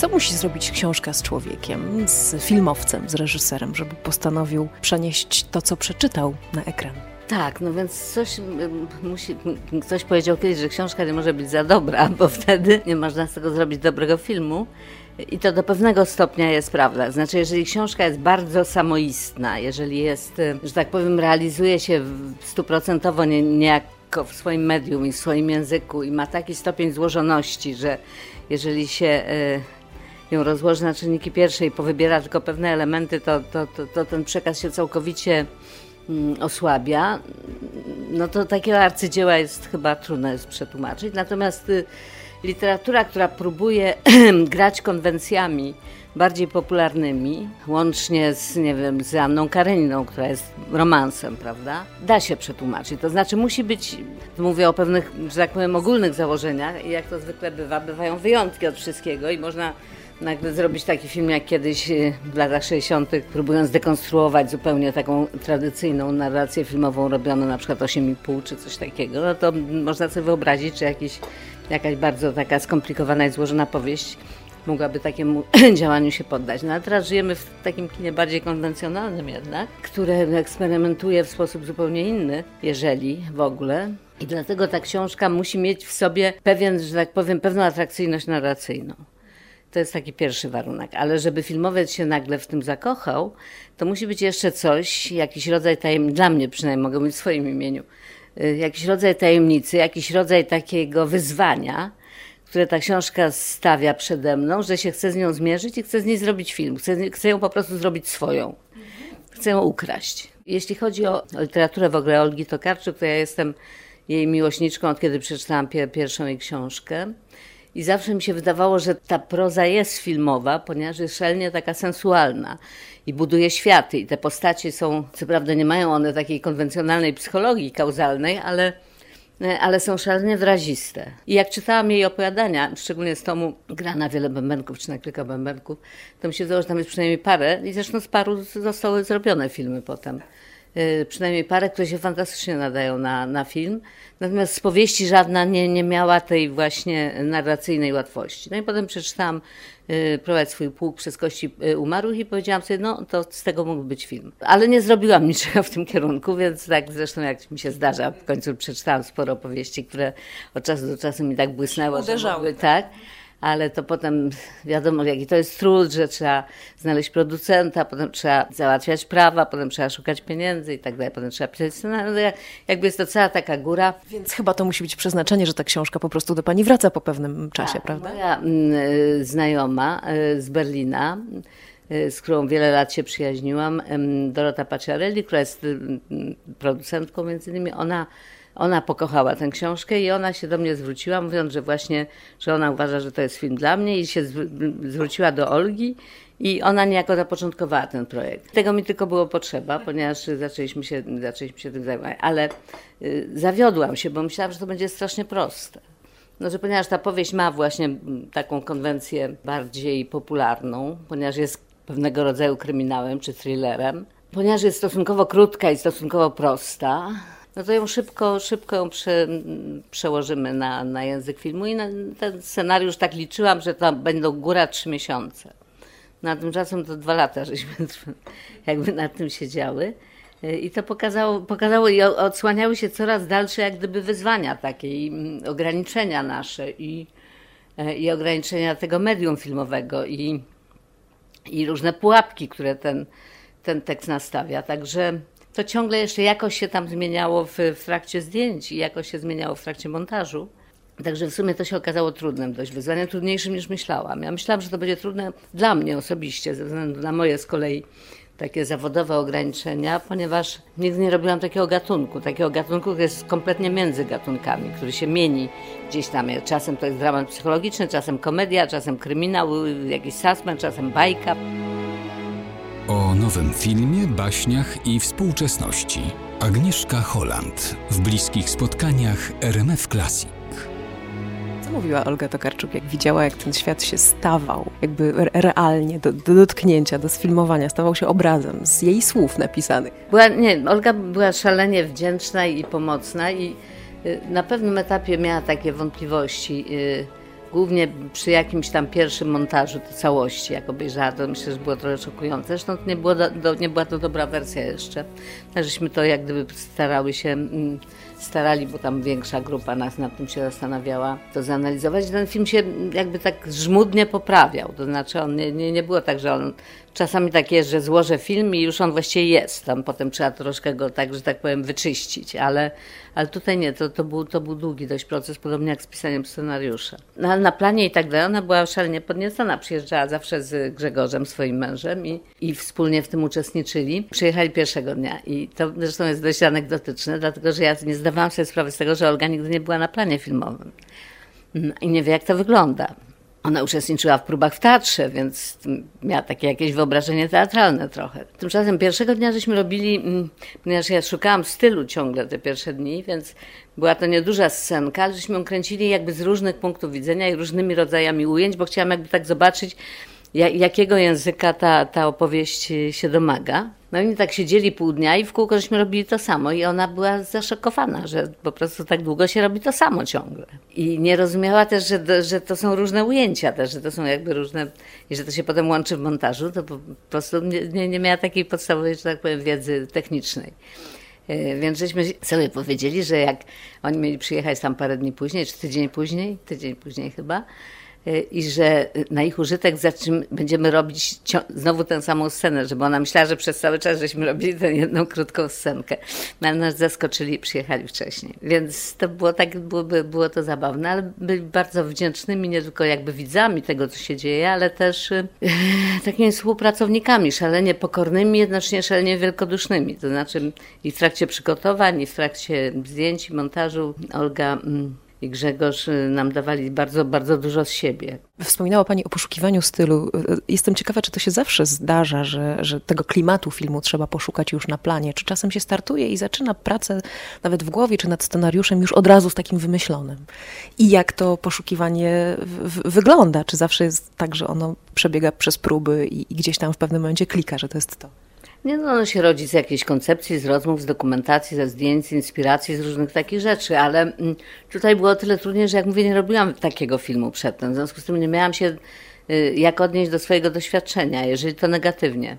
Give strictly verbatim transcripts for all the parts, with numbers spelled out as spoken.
Co musi zrobić książka z człowiekiem, z filmowcem, z reżyserem, żeby postanowił przenieść to, co przeczytał, na ekran? Tak, no więc coś musi, ktoś powiedział kiedyś, że książka nie może być za dobra, bo wtedy nie można z tego zrobić dobrego filmu. I to do pewnego stopnia jest prawda. Znaczy, jeżeli książka jest bardzo samoistna, jeżeli jest, że tak powiem, realizuje się stuprocentowo nie, niejako w swoim medium i w swoim języku i ma taki stopień złożoności, że jeżeli się y, ją rozłoży na czynniki pierwsze i powybiera tylko pewne elementy, to, to, to, to ten przekaz się całkowicie y, osłabia. No to takiego arcydzieła jest chyba trudno jest przetłumaczyć. Natomiast y, literatura, która próbuje grać konwencjami bardziej popularnymi, łącznie z, nie wiem, z Anną Kareniną, która jest romansem, prawda? Da się przetłumaczyć. To znaczy musi być, mówię o pewnych, że tak powiem, ogólnych założeniach i jak to zwykle bywa, bywają wyjątki od wszystkiego i można nagle zrobić taki film jak kiedyś w latach sześćdziesiątych, próbując dekonstruować zupełnie taką tradycyjną narrację filmową robioną na przykład osiem i pół czy coś takiego, no to można sobie wyobrazić, czy jakiś, jakaś bardzo taka skomplikowana i złożona powieść mogłaby takiemu działaniu się poddać. No ale teraz żyjemy w takim kinie bardziej konwencjonalnym jednak, które eksperymentuje w sposób zupełnie inny, jeżeli w ogóle. I dlatego ta książka musi mieć w sobie pewien, że tak powiem, pewną atrakcyjność narracyjną. To jest taki pierwszy warunek, ale żeby filmowiec się nagle w tym zakochał, to musi być jeszcze coś, jakiś rodzaj tajemnicy, dla mnie przynajmniej mogę mówić w swoim imieniu, jakiś rodzaj tajemnicy, jakiś rodzaj takiego wyzwania, które ta książka stawia przede mną, że się chcę z nią zmierzyć i chcę z niej zrobić film. Chcę, chcę ją po prostu zrobić swoją. Chcę ją ukraść. Jeśli chodzi o, o literaturę w ogóle Olgi Tokarczuk, to ja jestem jej miłośniczką, od kiedy przeczytałam pier, pierwszą jej książkę. I zawsze mi się wydawało, że ta proza jest filmowa, ponieważ jest szalenie taka sensualna i buduje światy. I te postacie są, co prawda nie mają one takiej konwencjonalnej psychologii kauzalnej, ale, ale są szalenie wyraziste. I jak czytałam jej opowiadania, szczególnie z tomu Gra na wiele bębenków, czy na kilka bębenków, to mi się wydawało, że tam jest przynajmniej parę i zresztą z paru zostały zrobione filmy potem. Yy, przynajmniej parę, które się fantastycznie nadają na, na film. Natomiast z powieści żadna nie, nie miała tej właśnie narracyjnej łatwości. No i potem przeczytałam yy, Prowadź swój pułk przez kości yy, umarłych i powiedziałam sobie, no to z tego mógł być film. Ale nie zrobiłam niczego w tym kierunku, więc tak zresztą jak mi się zdarza, w końcu przeczytałam sporo powieści, które od czasu do czasu mi tak błysnęło. Uderzały. Że mogły, tak. Ale to potem wiadomo, jaki to jest trud, że trzeba znaleźć producenta, potem trzeba załatwiać prawa, potem trzeba szukać pieniędzy i tak dalej, potem trzeba pisać scenariusz. Jakby jest to cała taka góra. Więc chyba to musi być przeznaczenie, że ta książka po prostu do pani wraca po pewnym czasie, tak, prawda? Moja y, znajoma y, z Berlina, y, z którą wiele lat się przyjaźniłam, y, Dorota Pacciarelli, która jest y, producentką między innymi, ona Ona pokochała tę książkę i ona się do mnie zwróciła, mówiąc, że właśnie, że ona uważa, że to jest film dla mnie i się zwróciła do Olgi i ona niejako zapoczątkowała ten projekt. Tego mi tylko było potrzeba, ponieważ zaczęliśmy się, zaczęliśmy się tym zajmować, ale y, zawiodłam się, bo myślałam, że to będzie strasznie proste. No, że ponieważ ta powieść ma właśnie taką konwencję bardziej popularną, ponieważ jest pewnego rodzaju kryminałem czy thrillerem, ponieważ jest stosunkowo krótka i stosunkowo prosta, no to ją szybko, szybko ją prze, przełożymy na, na język filmu i na ten scenariusz tak liczyłam, że to będą góra trzy miesiące. No a tymczasem to dwa lata, żeśmy jakby nad tym siedziały i to pokazało, pokazało i odsłaniały się coraz dalsze jak gdyby wyzwania takie i ograniczenia nasze i, i ograniczenia tego medium filmowego i, i różne pułapki, które ten, ten tekst nastawia, także to ciągle jeszcze jakoś się tam zmieniało w, w trakcie zdjęć i jakoś się zmieniało w trakcie montażu. Także w sumie to się okazało trudnym dość wyzwaniem, trudniejszym niż myślałam. Ja myślałam, że to będzie trudne dla mnie osobiście, ze względu na moje z kolei takie zawodowe ograniczenia, ponieważ nigdy nie robiłam takiego gatunku, takiego gatunku, który jest kompletnie między gatunkami, który się mieni gdzieś tam. Czasem to jest dramat psychologiczny, czasem komedia, czasem kryminał, jakiś suspense, czasem bajka. O nowym filmie, baśniach i współczesności. Agnieszka Holland w bliskich spotkaniach R M F Classic. Co mówiła Olga Tokarczuk, jak widziała, jak ten świat się stawał, jakby realnie do, do dotknięcia, do sfilmowania, stawał się obrazem z jej słów napisanych? Była, nie, Olga była szalenie wdzięczna i pomocna i na pewnym etapie miała takie wątpliwości, Głównie przy jakimś tam pierwszym montażu tej całości, jak obejrzała, to myślę, że było trochę szokujące. Zresztą nie, było do, do, nie była to dobra wersja jeszcze. Tak, żeśmy to jak gdyby starały się, starali, bo tam większa grupa nas nad tym się zastanawiała, to zanalizować. Ten film się jakby tak żmudnie poprawiał. To znaczy on nie, nie, nie było tak, że on czasami tak jest, że złożę film i już on właściwie jest. Tam potem trzeba troszkę go tak, że tak powiem, wyczyścić, ale, ale tutaj nie, to, to, był, to był długi dość proces, podobnie jak z pisaniem scenariusza. No, ale na planie i tak dalej ona była szalenie podniecona. Przyjeżdżała zawsze z Grzegorzem, swoim mężem i, i wspólnie w tym uczestniczyli. Przyjechali pierwszego dnia i to zresztą jest dość anegdotyczne, dlatego że ja nie zdawałam sobie sprawy z tego, że Olga nigdy nie była na planie filmowym i nie wie, jak to wygląda. Ona uczestniczyła w próbach w teatrze, więc miała takie jakieś wyobrażenie teatralne trochę. Tymczasem pierwszego dnia żeśmy robili, ponieważ ja szukałam stylu ciągle te pierwsze dni, więc była to nieduża scenka, ale żeśmy ją kręcili jakby z różnych punktów widzenia i różnymi rodzajami ujęć, bo chciałam jakby tak zobaczyć, jakiego języka ta, ta opowieść się domaga. No i oni tak siedzieli pół dnia i w kółko żeśmy robili to samo i ona była zaszokowana, że po prostu tak długo się robi to samo ciągle. I nie rozumiała też, że, że to są różne ujęcia też, że to są jakby różne, i że to się potem łączy w montażu, to po prostu nie, nie miała takiej podstawowej, że tak powiem, wiedzy technicznej. Więc żeśmy sobie powiedzieli, że jak oni mieli przyjechać tam parę dni później, czy tydzień później, tydzień później chyba, i że na ich użytek zaczym, będziemy robić znowu tę samą scenę, żeby ona myślała, że przez cały czas żeśmy robili tę jedną krótką scenkę. No, ale nas zaskoczyli i przyjechali wcześniej. Więc to było tak, byłoby, było to zabawne, ale byli bardzo wdzięcznymi nie tylko jakby widzami tego, co się dzieje, ale też e, takimi współpracownikami, szalenie pokornymi, jednocześnie szalenie wielkodusznymi. To znaczy i w trakcie przygotowań, i w trakcie zdjęć i montażu Olga mm, i Grzegorz nam dawali bardzo, bardzo dużo z siebie. Wspominała Pani o poszukiwaniu stylu. Jestem ciekawa, czy to się zawsze zdarza, że, że tego klimatu filmu trzeba poszukać już na planie, czy czasem się startuje i zaczyna pracę nawet w głowie, czy nad scenariuszem już od razu z takim wymyślonym. I jak to poszukiwanie w, w, wygląda? Czy zawsze jest tak, że ono przebiega przez próby i, i gdzieś tam w pewnym momencie klika, że to jest to? Nie, no ono się rodzi z jakiejś koncepcji, z rozmów, z dokumentacji, ze zdjęć, z inspiracji, z różnych takich rzeczy, ale tutaj było o tyle trudniej, że jak mówię, nie robiłam takiego filmu przedtem, w związku z tym nie miałam się jak odnieść do swojego doświadczenia, jeżeli to negatywnie.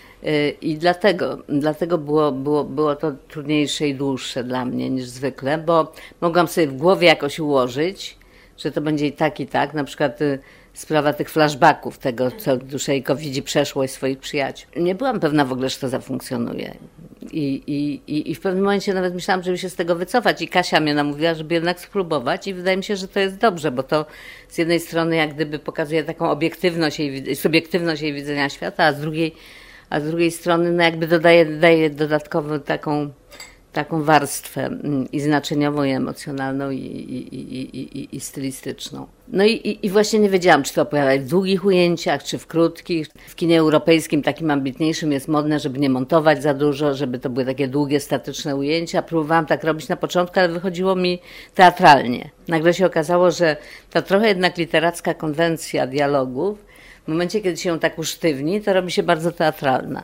I dlatego, dlatego było, było, było to trudniejsze i dłuższe dla mnie niż zwykle, bo mogłam sobie w głowie jakoś ułożyć, że to będzie i tak, i tak, na przykład sprawa tych flashbacków, tego, co Duszejko widzi przeszłość swoich przyjaciół. Nie byłam pewna w ogóle, że to zafunkcjonuje. I, i, i w pewnym momencie nawet myślałam, żeby się z tego wycofać i Kasia mnie namówiła, żeby jednak spróbować i wydaje mi się, że to jest dobrze, bo to z jednej strony jak gdyby pokazuje taką obiektywność jej, subiektywność jej widzenia świata, a z drugiej, a z drugiej strony no jakby dodaje, dodaje dodatkowo taką taką warstwę i znaczeniową, i emocjonalną, i, i, i, i, i stylistyczną. No i, i właśnie nie wiedziałam, czy to opowiadać w długich ujęciach, czy w krótkich. W kinie europejskim takim ambitniejszym jest modne, żeby nie montować za dużo, żeby to były takie długie, statyczne ujęcia. Próbowałam tak robić na początku, ale wychodziło mi teatralnie. Nagle się okazało, że ta trochę jednak literacka konwencja dialogów, w momencie, kiedy się ją tak usztywni, to robi się bardzo teatralna.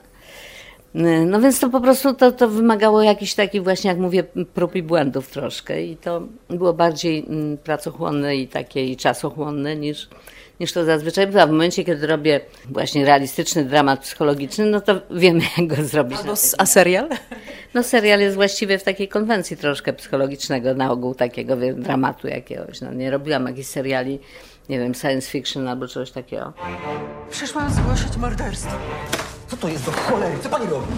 No więc to po prostu to, to wymagało jakichś takich właśnie, jak mówię, prób i błędów troszkę i to było bardziej pracochłonne i takie i czasochłonne niż, niż to zazwyczaj bywa. W momencie, kiedy robię właśnie realistyczny dramat psychologiczny, no to wiemy, jak go zrobić. Albo, a serial? No serial jest właściwie w takiej konwencji troszkę psychologicznego, na ogół takiego wiem, dramatu jakiegoś. No, nie robiłam jakichś seriali, nie wiem, science fiction albo czegoś takiego. Przyszłam zgłosić morderstwo. Co to jest do cholery? Co pani robi?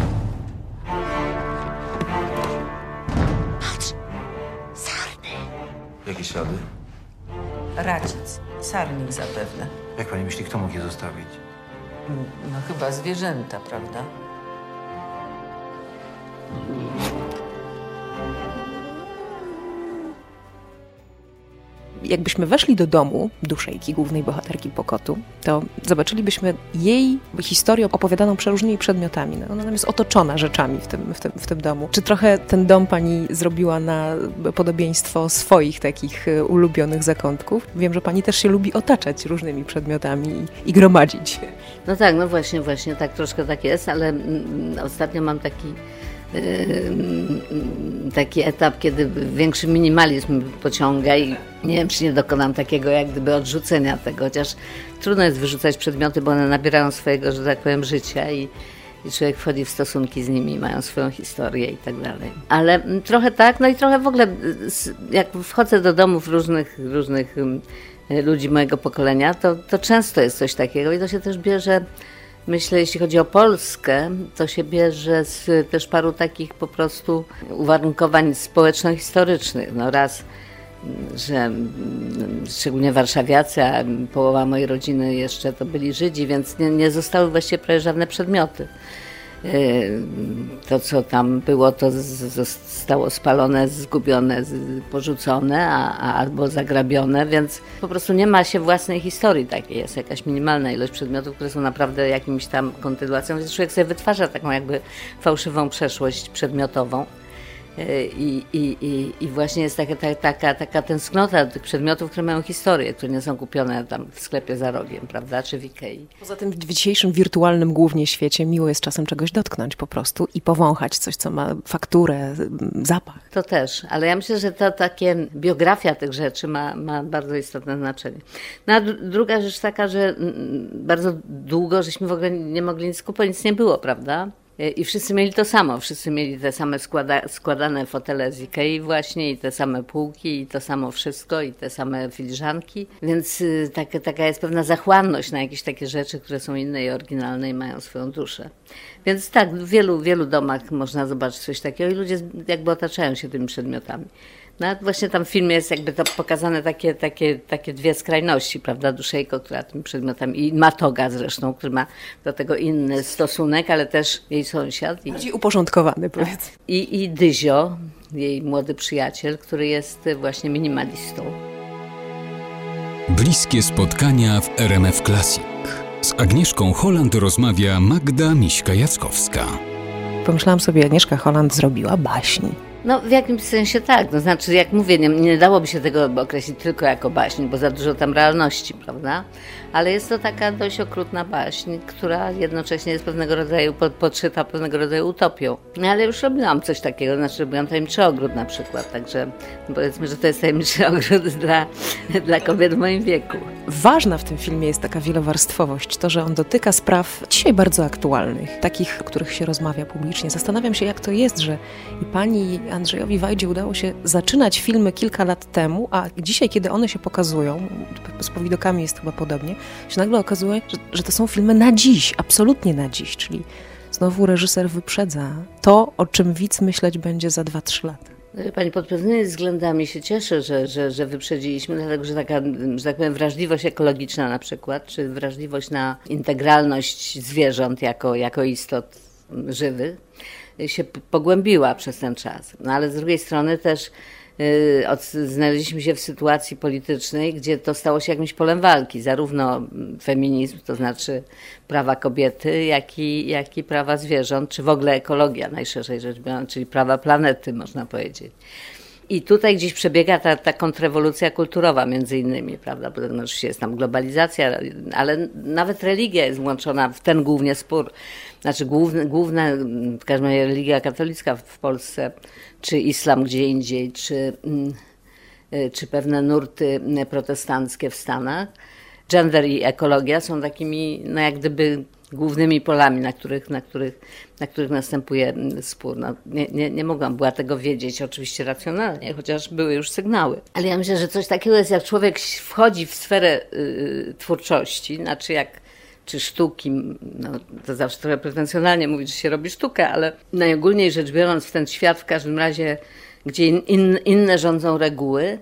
Patrz! Sarny! Jakie ślady? Racic. Sarnik zapewne. Jak pani myśli, kto mógł je zostawić? No chyba zwierzęta, prawda? Jakbyśmy weszli do domu Duszejki, głównej bohaterki Pokotu, to zobaczylibyśmy jej historię opowiadaną przeróżnymi przedmiotami. Ona nam jest otoczona rzeczami w tym, w tym, w tym domu. Czy trochę ten dom pani zrobiła na podobieństwo swoich takich ulubionych zakątków? Wiem, że pani też się lubi otaczać różnymi przedmiotami i, i gromadzić. No tak, no właśnie, właśnie tak troszkę tak jest, ale mm, ostatnio mam taki taki etap, kiedy większy minimalizm pociąga i nie wiem, czy nie dokonam takiego jak gdyby odrzucenia tego, chociaż trudno jest wyrzucać przedmioty, bo one nabierają swojego, że tak powiem, życia i, i człowiek wchodzi w stosunki z nimi, mają swoją historię i tak dalej. Ale trochę tak, no i trochę w ogóle jak wchodzę do domów różnych, różnych ludzi mojego pokolenia, to, to często jest coś takiego i to się też bierze. Myślę, jeśli chodzi o Polskę, to się bierze z też paru takich po prostu uwarunkowań społeczno-historycznych. No raz, że szczególnie warszawiacy, a połowa mojej rodziny jeszcze to byli Żydzi, więc nie, nie zostały właściwie prawie żadne przedmioty. To, co tam było, to zostało spalone, zgubione, porzucone a, a, albo zagrabione, więc po prostu nie ma się własnej historii takiej. Jest jakaś minimalna ilość przedmiotów, które są naprawdę jakimś tam kontynuacją, więc człowiek sobie wytwarza taką jakby fałszywą przeszłość przedmiotową. I, i, i, i właśnie jest taka, taka, taka tęsknota do tych przedmiotów, które mają historię, które nie są kupione tam w sklepie za rogiem, prawda, czy w Ikei. Poza tym w dzisiejszym wirtualnym głównie świecie miło jest czasem czegoś dotknąć po prostu i powąchać coś, co ma fakturę, zapach. To też, ale ja myślę, że to takie biografia tych rzeczy ma, ma bardzo istotne znaczenie. No a druga rzecz taka, że bardzo długo żeśmy w ogóle nie mogli nic kupować, nic nie było, prawda? I wszyscy mieli to samo, wszyscy mieli te same składa, składane fotele z Ikei właśnie i te same półki i to samo wszystko i te same filiżanki, więc tak, taka jest pewna zachłanność na jakieś takie rzeczy, które są inne i oryginalne i mają swoją duszę. Więc tak, w wielu, wielu domach można zobaczyć coś takiego i ludzie jakby otaczają się tymi przedmiotami. No właśnie tam w filmie jest jakby to pokazane takie, takie, takie dwie skrajności, prawda, Duszejko, która tymi przedmiotami, i Matoga zresztą, który ma do tego inny stosunek, ale też jej sąsiad. I, bardziej uporządkowany, powiedz. I, I Dyzio, jej młody przyjaciel, który jest właśnie minimalistą. Bliskie spotkania w R M F Classic. Z Agnieszką Holland rozmawia Magda Miśka-Jackowska. Pomyślałam sobie, Agnieszka Holland zrobiła baśń. No w jakimś sensie tak, to znaczy jak mówię, nie, nie dałoby się tego określić tylko jako baśń, bo za dużo tam realności, prawda? Ale jest to taka dość okrutna baśń, która jednocześnie jest pewnego rodzaju, pod, podszyta pewnego rodzaju utopią. No, ale już robiłam coś takiego, znaczy robiłam tajemniczy ogród na przykład, także powiedzmy, że to jest tajemniczy ogród dla, dla kobiet w moim wieku. Ważna w tym filmie jest taka wielowarstwowość, to, że on dotyka spraw dzisiaj bardzo aktualnych, takich, o których się rozmawia publicznie. Zastanawiam się, jak to jest, że i pani Andrzejowi Wajdzie udało się zaczynać filmy kilka lat temu, a dzisiaj, kiedy one się pokazują, z Powidokami jest chyba podobnie, się nagle okazuje, że, że to są filmy na dziś, absolutnie na dziś, czyli znowu reżyser wyprzedza to, o czym widz myśleć będzie za dwa trzy lata. Pani, pod pewnymi względami się cieszę, że, że, że wyprzedziliśmy, dlatego że taka, że tak powiem, wrażliwość ekologiczna na przykład, czy wrażliwość na integralność zwierząt jako, jako istot żywych się pogłębiła przez ten czas. No ale z drugiej strony też yy, od, znaleźliśmy się w sytuacji politycznej, gdzie to stało się jakimś polem walki, zarówno feminizm, to znaczy prawa kobiety, jak i, jak i prawa zwierząt, czy w ogóle ekologia najszerzej rzecz biorąc, czyli prawa planety, można powiedzieć. I tutaj gdzieś przebiega ta, ta kontrrewolucja kulturowa między innymi, prawda, bo no, oczywiście jest tam globalizacja, ale nawet religia jest włączona w ten głównie spór. Znaczy główne, główne w każdym razie religia katolicka w Polsce, czy islam gdzie indziej, czy, czy pewne nurty protestanckie w Stanach. Gender i ekologia są takimi, no jak gdyby głównymi polami, na których, na których, na których następuje spór. No, nie, nie, nie mogłam była tego wiedzieć oczywiście racjonalnie, chociaż były już sygnały. Ale ja myślę, że coś takiego jest, jak człowiek wchodzi w sferę y, twórczości, znaczy jak czy sztuki, no to zawsze trochę pretensjonalnie mówić, że się robi sztukę, ale najogólniej rzecz biorąc w ten świat w każdym razie, gdzie in, inne rządzą reguły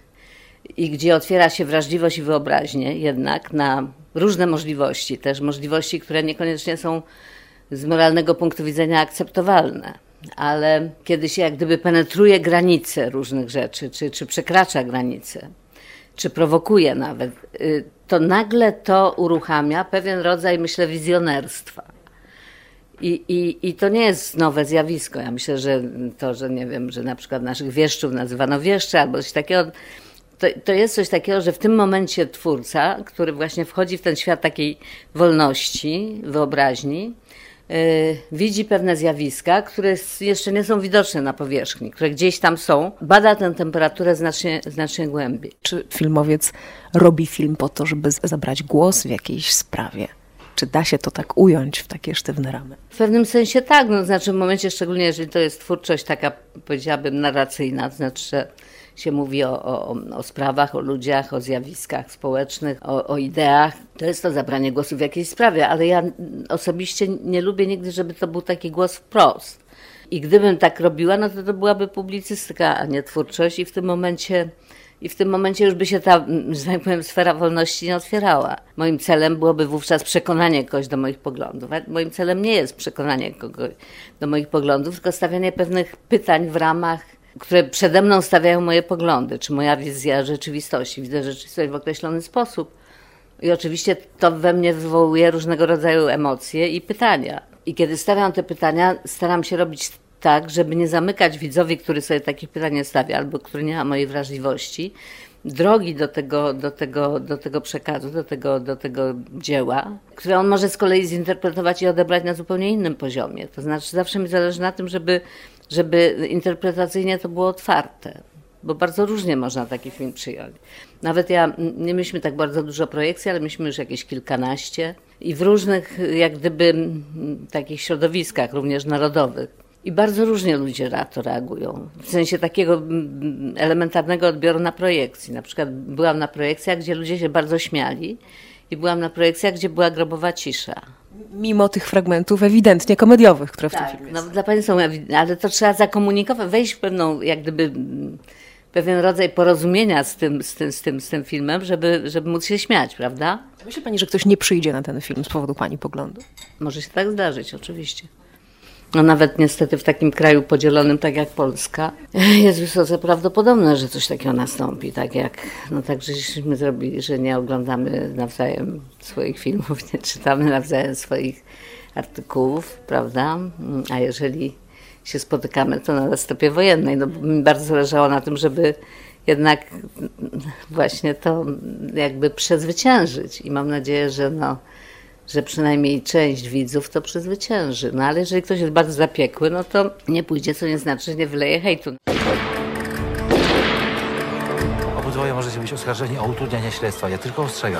i gdzie otwiera się wrażliwość i wyobraźnię jednak na różne możliwości, też możliwości, które niekoniecznie są z moralnego punktu widzenia akceptowalne, ale kiedy się jak gdyby penetruje granice różnych rzeczy, czy, czy przekracza granice, czy prowokuje nawet, to nagle to uruchamia pewien rodzaj, myślę, wizjonerstwa. I, i, I to nie jest nowe zjawisko. Ja myślę, że to, że nie wiem, że na przykład naszych wieszczów nazywano wieszcze albo coś takiego, to, to jest coś takiego, że w tym momencie twórca, który właśnie wchodzi w ten świat takiej wolności, wyobraźni, yy, widzi pewne zjawiska, które jeszcze nie są widoczne na powierzchni, które gdzieś tam są, bada tę temperaturę znacznie, znacznie głębiej. Czy filmowiec robi film po to, żeby zabrać głos w jakiejś sprawie? Czy da się to tak ująć w takie sztywne ramy? W pewnym sensie tak, no, znaczy w momencie, szczególnie jeżeli to jest twórczość taka, powiedziałabym, narracyjna, to znaczy, że się mówi o, o, o sprawach, o ludziach, o zjawiskach społecznych, o, o ideach. To jest to zabranie głosu w jakiejś sprawie, ale ja osobiście nie lubię nigdy, żeby to był taki głos wprost. I gdybym tak robiła, no to to byłaby publicystyka, a nie twórczość i w tym momencie... I w tym momencie już by się ta, że tak powiem, sfera wolności nie otwierała. Moim celem byłoby wówczas przekonanie kogoś do moich poglądów. A moim celem nie jest przekonanie kogoś do moich poglądów, tylko stawianie pewnych pytań w ramach, które przede mną stawiają moje poglądy, czy moja wizja rzeczywistości. Widzę rzeczywistość w określony sposób. I oczywiście to we mnie wywołuje różnego rodzaju emocje i pytania. I kiedy stawiam te pytania, staram się robić tak, żeby nie zamykać widzowi, który sobie takich pytań nie stawia, albo który nie ma mojej wrażliwości, drogi do tego, do tego, do tego przekazu, do tego, do tego dzieła, które on może z kolei zinterpretować i odebrać na zupełnie innym poziomie. To znaczy zawsze mi zależy na tym, żeby, żeby interpretacyjnie to było otwarte, bo bardzo różnie można taki film przyjąć. Nawet ja, nie mieliśmy tak bardzo dużo projekcji, ale mieliśmy już jakieś kilkanaście i w różnych jak gdyby takich środowiskach, również narodowych. I bardzo różnie ludzie na to reagują. W sensie takiego elementarnego odbioru na projekcji. Na przykład byłam na projekcjach, gdzie ludzie się bardzo śmiali i byłam na projekcjach, gdzie była grobowa cisza. Mimo tych fragmentów ewidentnie komediowych, które w tak, tym filmie no są. Dla pani są ewidentne, ale to trzeba zakomunikować, wejść w pewną, jak gdyby, pewien rodzaj porozumienia z tym, z tym, z tym, z tym filmem, żeby, żeby móc się śmiać, prawda? Myśli pani, że ktoś nie przyjdzie na ten film z powodu pani poglądu? Może się tak zdarzyć, oczywiście. No nawet niestety w takim kraju podzielonym tak jak Polska jest wysoce prawdopodobne, że coś takiego nastąpi, tak jak, no tak żeśmy zrobili, że nie oglądamy nawzajem swoich filmów, nie czytamy nawzajem swoich artykułów, prawda? A jeżeli się spotykamy, to na stopie wojennej, no bo mi bardzo zależało na tym, żeby jednak właśnie to jakby przezwyciężyć i mam nadzieję, że no że przynajmniej część widzów to przezwycięży. No ale jeżeli ktoś jest bardzo zapiekły, no to nie pójdzie, co nie znaczy, że nie wyleje hejtu. Obydwoje możecie być oskarżeni o utrudnianie śledztwa. Ja tylko ostrzegam.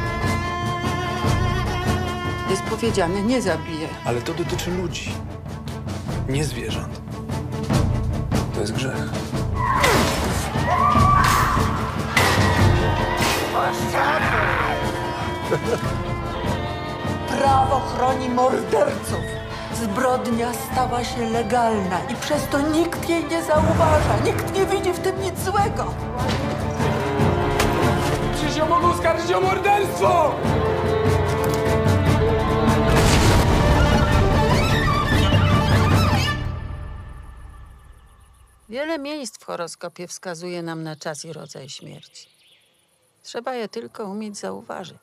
Jest powiedziane, nie zabije. Ale to dotyczy ludzi, nie zwierząt. To jest grzech. Prawo chroni morderców. Zbrodnia stała się legalna i przez to nikt jej nie zauważa. Nikt nie widzi w tym nic złego. Przecież ją mogą oskarżyć o morderstwo! Wiele miejsc w horoskopie wskazuje nam na czas i rodzaj śmierci. Trzeba je tylko umieć zauważyć.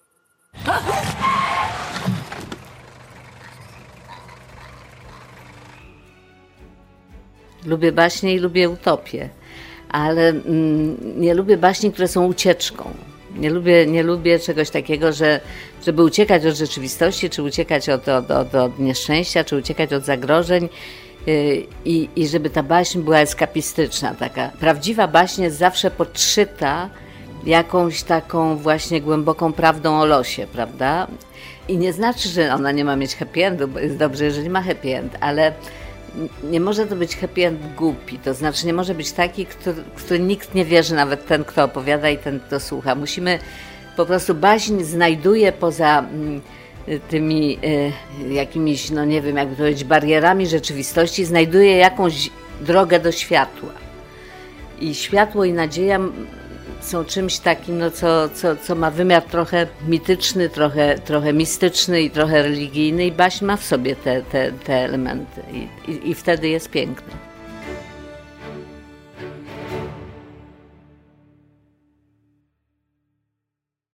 Lubię baśnie i lubię utopię, ale mm, nie lubię baśni, które są ucieczką. Nie lubię, nie lubię czegoś takiego, że żeby uciekać od rzeczywistości, czy uciekać od, od, od, od nieszczęścia, czy uciekać od zagrożeń yy, i, i żeby ta baśń była eskapistyczna. Taka prawdziwa baśń jest zawsze podszyta jakąś taką właśnie głęboką prawdą o losie, prawda? I nie znaczy, że ona nie ma mieć happy endu, bo jest dobrze, jeżeli ma happy end, ale nie może to być happy end głupi, to znaczy nie może być taki, który, który nikt nie wierzy, nawet ten, kto opowiada i ten, kto słucha. Musimy po prostu, baśń znajduje poza tymi y, jakimiś, no nie wiem, jakby to powiedzieć, barierami rzeczywistości, znajduje jakąś drogę do światła. I światło i nadzieja są czymś takim, no, co, co, co ma wymiar trochę mityczny, trochę, trochę mistyczny i trochę religijny i baśń ma w sobie te, te, te elementy i, i, i wtedy jest piękna.